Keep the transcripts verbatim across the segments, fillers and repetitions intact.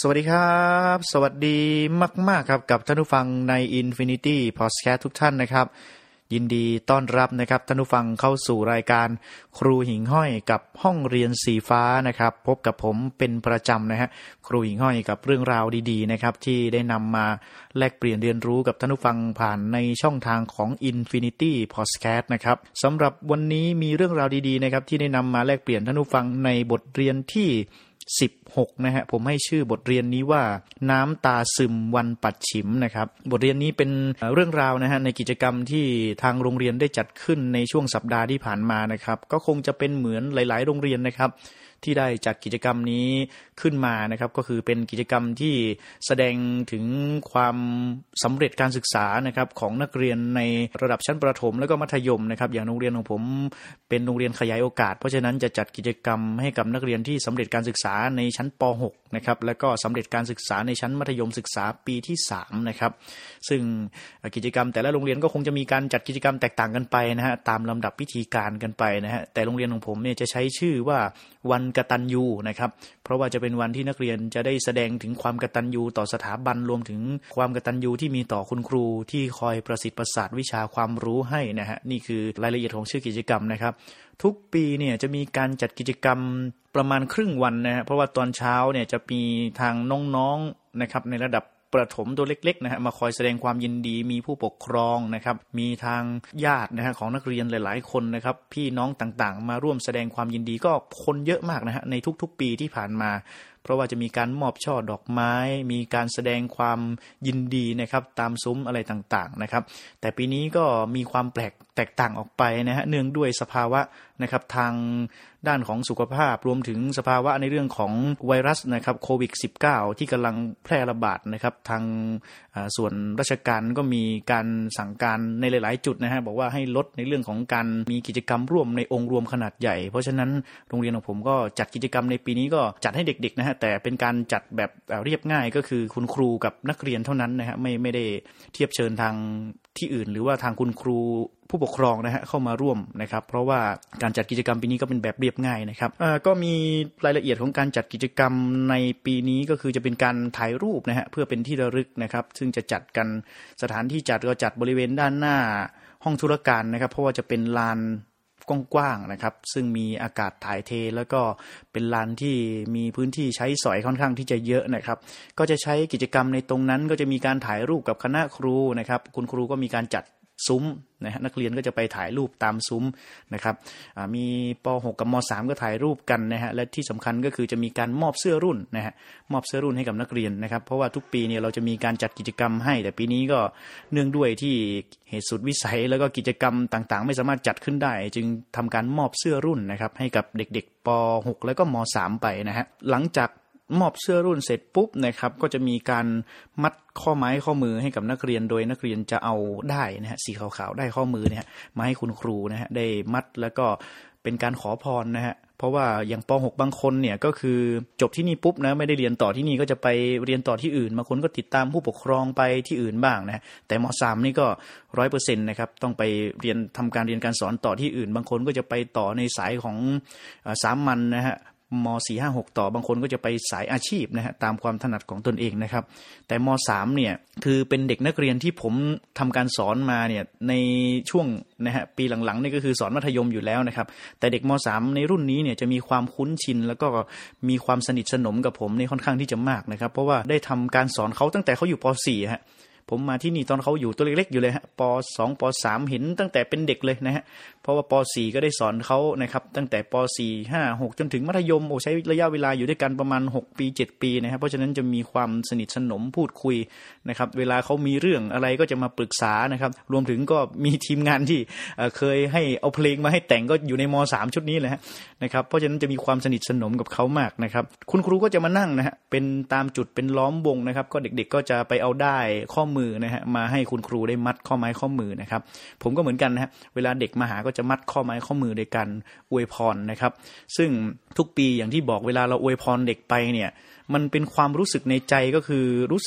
สวัสดีครับสวัสดีมากๆครับกับท่านผู้ฟังใน Infinity Podcast ทุกท่านนะครับยินดีต้อนรับนะครับท่านผู้ฟังเข้าสู่รายการครูหิ่งห้อยกับห้องเรียนสีฟ้านะครับพบกับผมเป็นประจำนะฮะครูหิ่งห้อยกับเรื่องราวดีๆนะครับที่ได้นำมาแลกเปลี่ยนเรียนรู้กับท่านผู้ฟังผ่านในช่องทางของ Infinity Podcast นะครับสำหรับวันนี้มีเรื่องราวดีๆนะครับที่ได้นำมาแลกเปลี่ยนท่านผู้ฟังในบทเรียนที่สิบหกนะฮะผมให้ชื่อบทเรียนนี้ว่าน้ำตาซึมวันปัดฉิมนะครับบทเรียนนี้เป็นเรื่องราวนะฮะในกิจกรรมที่ทางโรงเรียนได้จัดขึ้นในช่วงสัปดาห์ที่ผ่านมานะครับก็คงจะเป็นเหมือนหลายๆโรงเรียนนะครับที่ได้จัดกิจกรรมนี้ขึ้นมานะครับก็คือเป็นกิจกรรมที่แสดงถึงความสำเร็จการศึกษานะครับของนักเรียนในระดับชั้นประถมและก็มัธยมนะครับอย่างโรงเรียนของผมเป็นโรงเรียนขยายโอกาสเพราะฉะนั้นจะจัดกิจกรรมให้กับนักเรียนที่สำเร็จการศึกษาในชั้นป หก นะครับและก็สำเร็จการศึกษาในชั้นมัธยมศึกษาปีที่สามนะครับซึ่งกิจกรรมแต่ละโรงเรียนก็คงจะมีการจัดกิจกรรมแตกต่างกันไปนะฮะตามลำดับวิธีการกันไปนะฮะแต่โรงเรียนของผมเนี่ยจะใช้ชื่อว่าวันกตัญญูนะครับเพราะว่าจะเป็นวันที่นักเรียนจะได้แสดงถึงความกตัญญูต่อสถาบันรวมถึงความกตัญญูที่มีต่อคุณครูที่คอยประสิทธิ์ประสาทวิชาความรู้ให้นะฮะนี่คือรายละเอียดของชื่อกิจกรรมนะครับทุกปีเนี่ยจะมีการจัดกิจกรรมประมาณครึ่งวันนะฮะเพราะว่าตอนเช้าเนี่ยจะมีทางน้องๆนะครับในระดับประถมตัวเล็กๆนะฮะมาคอยแสดงความยินดีมีผู้ปกครองนะครับมีทางญาตินะฮะของนักเรียนหลายๆคนนะครับพี่น้องต่างๆมาร่วมแสดงความยินดีก็คนเยอะมากนะฮะในทุกๆปีที่ผ่านมาเพราะว่าจะมีการมอบช่อดอกไม้มีการแสดงความยินดีนะครับตามซุ้มอะไรต่างๆนะครับแต่ปีนี้ก็มีความแปลกแตกต่างออกไปนะฮะเนื่องด้วยสภาวะนะครับทางด้านของสุขภาพรวมถึงสภาวะในเรื่องของไวรัสนะครับโควิด สิบเก้า ที่กำลังแพร่ระบาดนะครับทางส่วนราชการก็มีการสั่งการในหลายๆจุดนะฮะบอกว่าให้ลดในเรื่องของการมีกิจกรรมร่วมในองค์รวมขนาดใหญ่เพราะฉะนั้นโรงเรียนของผมก็จัดกิจกรรมในปีนี้ก็จัดให้เด็กๆนะฮะแต่เป็นการจัดแบบเรียบง่ายก็คือคุณครูกับนักเรียนเท่านั้นนะฮะไม่ไม่ได้เทียบเชิญทางที่อื่นหรือว่าทางคุณครูผู้ปกครองนะฮะเข้ามาร่วมนะครับเพราะว่าการจัดกิจกรรมปีนี้ก็เป็นแบบเรียบง่ายนะครับก็มีรายละเอียดของการจัดกิจกรรมในปีนี้ก็คือจะเป็นการถ่ายรูปนะฮะเพื่อเป็นที่ระลึกนะครับซึ่งจะจัดกันสถานที่จัดก็จัดบริเวณด้านหน้าห้องธุรการนะครับเพราะว่าจะเป็นลานกว้างๆนะครับซึ่งมีอากาศถ่ายเทแล้วก็เป็นลานที่มีพื้นที่ใช้สอยค่อนข้างที่จะเยอะนะครับก็จะใช้กิจกรรมในตรงนั้นก็จะมีการถ่ายรูปกับคณะครูนะครับคุณครูก็มีการจัดซุ้มนะฮะนักเรียนก็จะไปถ่ายรูปตามซุ้มนะครับมีป หก กับม สาม ก็ถ่ายรูปกันนะฮะและที่สำคัญก็คือจะมีการมอบเสื้อรุ่นนะฮะมอบเสื้อรุ่นให้กับนักเรียนนะครับเพราะว่าทุกปีเนี่ยเราจะมีการจัดกิจกรรมให้แต่ปีนี้ก็เนื่องด้วยที่เหตุสุดวิสัยแล้วก็กิจกรรมต่างๆไม่สามารถจัดขึ้นได้จึงทำการมอบเสื้อรุ่นนะครับให้กับเด็กๆป หก แล้วก็ม สาม ไปนะฮะหลังจากมอบเสื้อรุ่นเสร็จปุ๊บนะครับก็จะมีการมัดข้อไม้ข้อมือให้กับนักเรียนโดยนักเรียนจะเอาได้นะฮะสีขาวๆได้ข้อมือเนี่ยมาให้คุณครูนะฮะได้มัดแล้วก็เป็นการขอพรนะฮะเพราะว่าอย่างป หก บางคนเนี่ยก็คือจบที่นี่ปุ๊บนะไม่ได้เรียนต่อที่นี่ก็จะไปเรียนต่อที่อื่นบางคนก็ติดตามผู้ปกครองไปที่อื่นบ้างนะแต่ม สาม นี่ก็ ร้อยเปอร์เซ็นต์ นะครับต้องไปเรียนทำการเรียนการสอนต่อที่อื่นบางคนก็จะไปต่อในสายของสามัญนะฮะม สี่ ห้า หก ต่อบางคนก็จะไปสายอาชีพนะฮะตามความถนัดของตนเองนะครับแต่ม สาม เนี่ยคือเป็นเด็กนักเรียนที่ผมทำการสอนมาเนี่ยในช่วงนะฮะปีหลังๆนี่ก็คือสอนมัธยมอยู่แล้วนะครับแต่เด็กม สาม ในรุ่นนี้เนี่ยจะมีความคุ้นชินแล้วก็มีความสนิทสนมกับผมนี่ค่อนข้างที่จะมากนะครับเพราะว่าได้ทำการสอนเขาตั้งแต่เขาอยู่ป สี่ ฮะผมมาที่นี่ตอนเขาอยู่ตัวเล็กๆอยู่เลยฮะป สอง ป สาม เห็นตั้งแต่เป็นเด็กเลยนะฮะเพราะว่าป สี่ ก็ได้สอนเขานะครับตั้งแต่ป สี่ ห้า หกจนถึงมัธยมโอ้ใช้ระยะเวลาอยู่ด้วยกันประมาณหกปีเจ็ดปีนะครับเพราะฉะนั้นจะมีความสนิทสนมพูดคุยนะครับเวลาเขามีเรื่องอะไรก็จะมาปรึกษานะครับรวมถึงก็มีทีมงานที่เคยให้เอาเพลงมาให้แต่งก็อยู่ในม สาม ชุดนี้แหละฮะนะครับเพราะฉะนั้นจะมีความสนิทสนมกับเขามากนะครับคุณครูก็จะมานั่งนะฮะเป็นตามจุดเป็นล้อมวงนะครับก็เด็กๆก็จะไปเอาได้ข้อมือนะฮะมาให้คุณครูได้มัดข้อไม้ข้อมือนะครับผมก็เหมือนกันนะฮะเวลาเด็กมาหาก็จะมัดข้อไม้ข้อมือในการอวยพรนะครับซึ่งทุกปีอย่างที่บอกเวลาเราอวยพรเด็กไปเนี่ยมันเป็นความรู้สึกในใจก็คือรู้สึก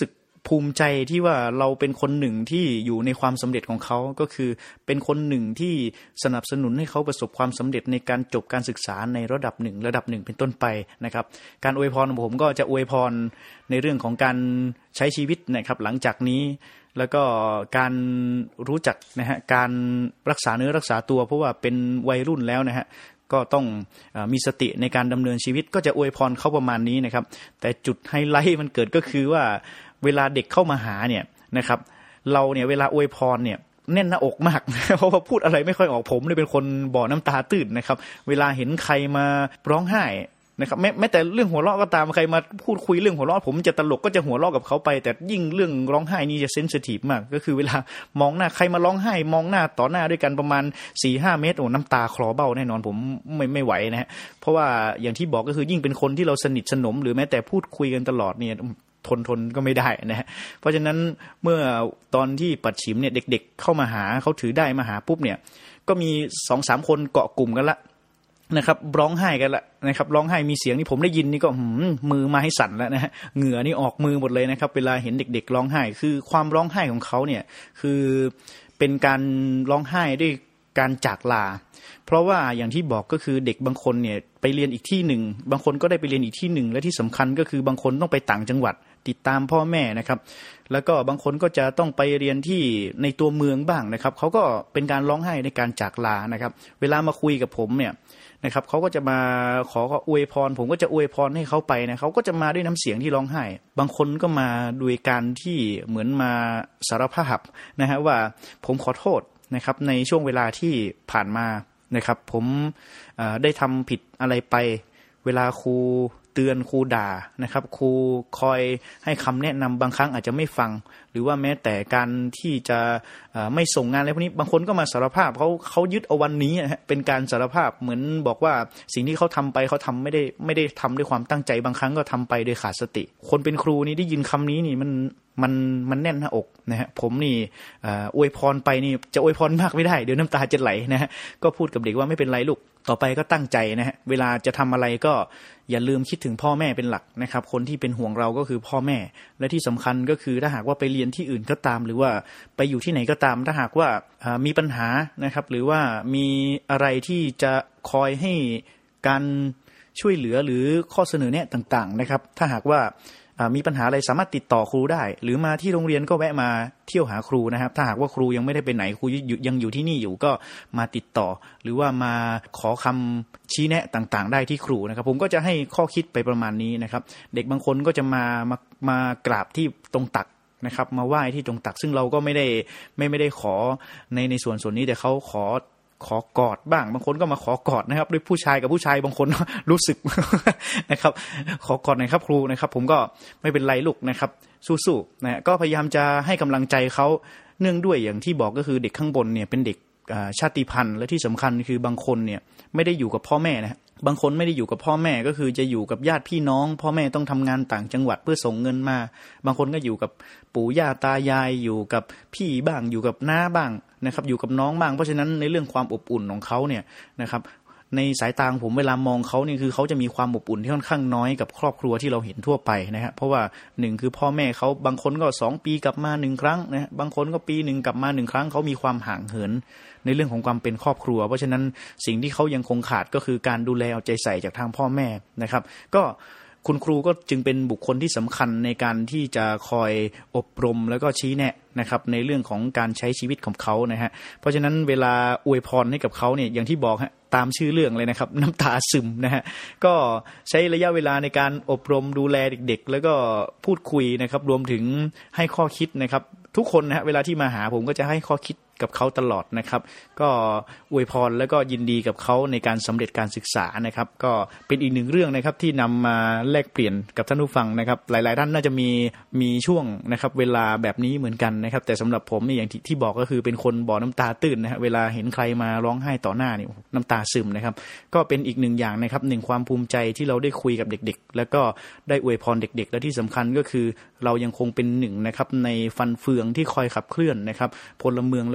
ภูมิใจที่ว่าเราเป็นคนหนึ่งที่อยู่ในความสำเร็จของเขาก็คือเป็นคนหนึ่งที่สนับสนุนให้เขาประสบความสำเร็จในการจบการศึกษาในระดับหนึ่งระดับหนึ่งเป็นต้นไปนะครับการอวยพรของผมก็จะอวยพรในเรื่องของการใช้ชีวิตนะครับหลังจากนี้แล้วก็การรู้จักนะฮะการรักษาเนื้อรักษาตัวเพราะว่าเป็นวัยรุ่นแล้วนะฮะก็ต้องมีสติในการดำเนินชีวิตก็จะอวยพรเขาประมาณนี้นะครับแต่จุดไฮไลท์มันเกิดก็คือว่าเวลาเด็กเข้ามาหาเนี่ยนะครับเราเนี่ยเวลาอวยพรเนี่ยแน่นหน้าอกมาก เพราะว่าพูดอะไรไม่ค่อยออกผมเนี่ยเป็นคนบ่อน้ำตาตื้นนะครับเวลาเห็นใครมาร้องไห้นะครับแม้แม้แต่เรื่องหัวเราะก็ตามใครมาพูดคุยเรื่องหัวเราะผมจะตลกก็จะหัวเราะกับเขาไปแต่ยิ่งเรื่องร้องไห้นี่จะเซนซิทีฟมากก็คือเวลามองหน้าใครมาร้องไห้มองหน้าต่อหน้าด้วยกันประมาณ สี่ห้า เมตรโอ้น้ำตาคลอเบ้าแน่นอนผมไม่ไม่ไหวนะฮะเพราะว่าอย่างที่บอกก็คือยิ่งเป็นคนที่เราสนิทสนมหรือแม้แต่พูดคุยกันตลอดเนี่ยทนทนก็ไม่ได้นะฮะเพราะฉะนั้นเมื่อตอนที่ปัดฉิมเนี่ยเด็กๆเข้ามาหาเขาถือได้มาหาปุ๊บเนี่ยก็มี สองสาม คนเกาะกลุ่มกันละนะครับร้องไห้กันละนะครับร้องไห้มีเสียงที่ผมได้ยินนี่ก็มือมาให้สั่นแล้วนะฮะเหงื่อนี่ออกมือหมดเลยนะครับเวลาเห็นเด็กๆร้องไห้คือความร้องไห้ของเขาเนี่ยคือเป็นการร้องไห้ด้วยการจากลาเพราะว่าอย่างที่บอกก็คือเด็กบางคนเนี่ยไปเรียนอีกที่หนึ่งบางคนก็ได้ไปเรียนอีกที่หนึ่งและที่สำคัญก็คือบางคนต้องไปต่างจังหวัดติดตามพ่อแม่นะครับแล้วก็บางคนก็จะต้องไปเรียนที่ในตัวเมืองบ้างนะครับเขาก็เป็นการร้องไห้ในการจากลานะครับเวลามาคุยกับผมเนี่ยนะครับเขาก็จะมาขออวยพรผมก็จะอวยพรให้เขาไปนะเขาก็จะมาด้วยน้ำเสียงที่ร้องไห้บางคนก็มาด้วยการที่เหมือนมาสารภาพนะฮะว่าผมขอโทษนะครับในช่วงเวลาที่ผ่านมานะครับผมได้ทำผิดอะไรไปเวลาครูเตือนครูด่านะครับครูคอยให้คำแนะนำบางครั้งอาจจะไม่ฟังหรือว่าแม้แต่การที่จะไม่ส่งงานอะไรพวกนี้บางคนก็มาสารภาพเขาเขายึดเอาวันนี้เป็นการสารภาพเหมือนบอกว่าสิ่งที่เขาทำไปเขาทำไม่ได้ไม่ได้ทำด้วยความตั้งใจบางครั้งก็ทำไปโดยขาดสติคนเป็นครูนี่ได้ยินคำนี้นี่มันมันมันแน่นหน้าอกนะฮะผมนี่อวยพรไปนี่จะอวยพรมากไม่ได้เดี๋ยวน้ำตาจะไหลนะฮะก็พูดกับเด็กว่าไม่เป็นไรลูกต่อไปก็ตั้งใจนะฮะเวลาจะทำอะไรก็อย่าลืมคิดถึงพ่อแม่เป็นหลักนะครับคนที่เป็นห่วงเราก็คือพ่อแม่และที่สำคัญก็คือถ้าหากว่าไปเรียนที่อื่นก็ตามหรือว่าไปอยู่ที่ไหนก็ตามถ้าหากว่ามีปัญหานะครับหรือว่ามีอะไรที่จะคอยให้การช่วยเหลือหรือข้อเสนอแนะต่างๆนะครับถ้าหากว่ามีปัญหาอะไรสามารถติดต่อครูได้หรือมาที่โรงเรียนก็แวะมาเที่ยวหาครูนะครับถ้าหากว่าครูยังไม่ได้ไปไหนครูยังอยู่ที่นี่อยู่ก็มาติดต่อหรือว่ามาขอคำชี้แนะต่างๆได้ที่ครูนะครับผมก็จะให้ข้อคิดไปประมาณนี้นะครับเด็กบางคนก็จะมามามากราบที่ตรงตักนะครับมาไหว้ที่ตรงตักซึ่งเราก็ไม่ได้ไม่ไม่ได้ขอในในส่วนส่วนนี้แต่เขาขอขอกอดบ้างบางคนก็มาขอกอดนะครับด้วยผู้ชายกับผู้ชายบางคนรู้สึก นะครับขอกอดหน่อยครับครูนะครับผมก็ไม่เป็นไรลูกนะครับสู้ๆนะก็พยายามจะให้กำลังใจเขาเนื่องด้วยอย่างที่บอกก็คือเด็กข้างบนเนี่ยเป็นเด็กชาติพันธุ์และที่สำคัญคือบางคนเนี่ยไม่ได้อยู่กับพ่อแม่นะบางคนไม่ได้อยู่กับพ่อแม่ก็คือจะอยู่กับญาติพี่น้องพ่อแม่ต้องทำงานต่างจังหวัดเพื่อส่งเงินมาบางคนก็อยู่กับปู่ย่าตายายอยู่กับพี่บ้างอยู่กับน้าบ้างนะครับอยู่กับน้องบ้างเพราะฉะนั้นในเรื่องความอบอุ่นของเขาเนี่ยนะครับในสายตาของผมเวลามองเขาเนี่ยคือเขาจะมีความอบอุ่นที่ค่อนข้างน้อยกับครอบครัวที่เราเห็นทั่วไปนะฮะเพราะว่าหนึ่งคือพ่อแม่เขาบางคนก็สองปีกลับมาหนึ่งครั้งนะบางคนก็ปีนึงกลับมาหนึ่งครั้งเขามีความห่างเหินในเรื่องของความเป็นครอบครัวเพราะฉะนั้นสิ่งที่เขายังคงขาดก็คือการดูแลเอาใจใส่จากทางพ่อแม่นะครับก็คุณครูก็จึงเป็นบุคคลที่สำคัญในการที่จะคอยอบรมแล้วก็ชี้แนะนะครับในเรื่องของการใช้ชีวิตของเขานะฮะเพราะฉะนั้นเวลาอวยพรให้กับเขาเนี่ยอย่างที่บอกฮะตามชื่อเรื่องเลยนะครับน้ำตาซึมนะฮะก็ใช้ระยะเวลาในการอบรมดูแลเด็กๆแล้วก็พูดคุยนะครับรวมถึงให้ข้อคิดนะครับทุกคนนะฮะเวลาที่มาหาผมก็จะให้ข้อคิดกับเขาตลอดนะครับก็อวยพรแล้วก็ยินดีกับเขาในการสำเร็จการศึกษานะครับก็เป็นอีกหนึ่งเรื่องนะครับที่นำมาแลกเปลี่ยนกับท่านผู้ฟังนะครับหลายๆท่านน่าจะมีมีช่วงนะครับเวลาแบบนี้เหมือนกันนะครับแต่สำหรับผมนี่อย่างที่ที่บอกก็คือเป็นคนบ่อน้ำตาตื้นนะฮะเวลาเห็นใครมาร้องไห้ต่อหน้านี่น้ำตาซึมนะครับก็เป็นอีกหนึ่งอย่างนะครับหนึ่งความภูมิใจที่เราได้คุยกับเด็กๆแล้วก็ได้อวยพรเด็กๆและที่สำคัญก็คือเรายังคงเป็นหนึ่งนะครับในฟันเฟืองที่คอยขับเคลื่อนนะครับพลเมืองแล้วก็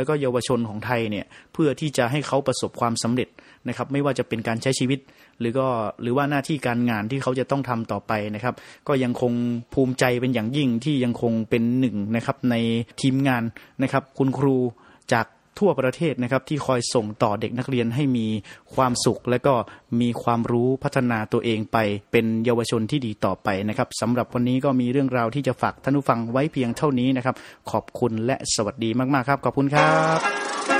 ก็เยาวชนของไทยเนี่ยเพื่อที่จะให้เขาประสบความสำเร็จนะครับไม่ว่าจะเป็นการใช้ชีวิตหรือก็หรือว่าหน้าที่การงานที่เขาจะต้องทำต่อไปนะครับก็ยังคงภูมิใจเป็นอย่างยิ่งที่ยังคงเป็นหนึ่งนะครับในทีมงานนะครับคุณครูจากทั่วประเทศนะครับที่คอยส่งต่อเด็กนักเรียนให้มีความสุขและก็มีความรู้พัฒนาตัวเองไปเป็นเยาวชนที่ดีต่อไปนะครับสำหรับวันนี้ก็มีเรื่องราวที่จะฝากท่านผู้ฟังไว้เพียงเท่านี้นะครับขอบคุณและสวัสดีมากๆครับขอบคุณครับ